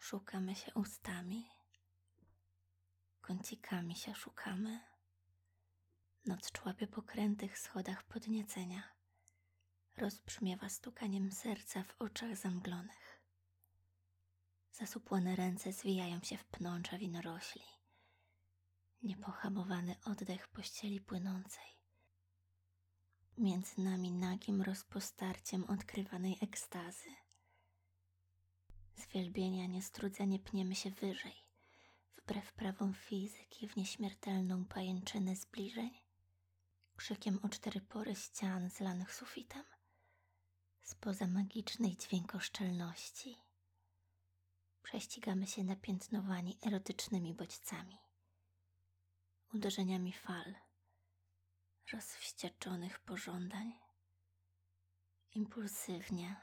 Szukamy się ustami, kącikami się szukamy. Noc człapie po krętych schodach podniecenia. Rozbrzmiewa stukaniem serca w oczach zamglonych. Zasupłone ręce zwijają się w pnącza winorośli. Niepohamowany oddech pościeli płynącej. Między nami nagim rozpostarciem odkrywanej ekstazy. Z wielbienia niestrudzenie pniemy się wyżej, wbrew prawom fizyki w nieśmiertelną pajęczynę zbliżeń. Krzykiem o 4 pory ścian zlanych sufitem, spoza magicznej dźwiękoszczelności. Prześcigamy się napiętnowani erotycznymi bodźcami, uderzeniami fal, rozwścieczonych pożądań, impulsywnie,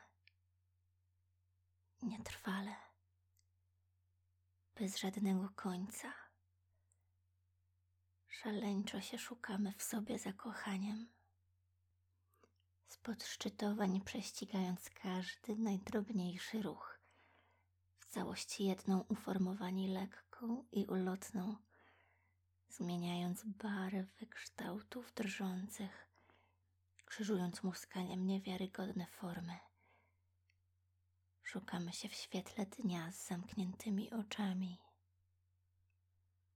nietrwale, bez żadnego końca. Szaleńczo się szukamy w sobie zakochaniem, spod szczytowań prześcigając każdy najdrobniejszy ruch, w całości jedną uformowani lekką i ulotną, zmieniając barwy kształtów drżących, krzyżując muskaniem niewiarygodne formy. Szukamy się w świetle dnia z zamkniętymi oczami.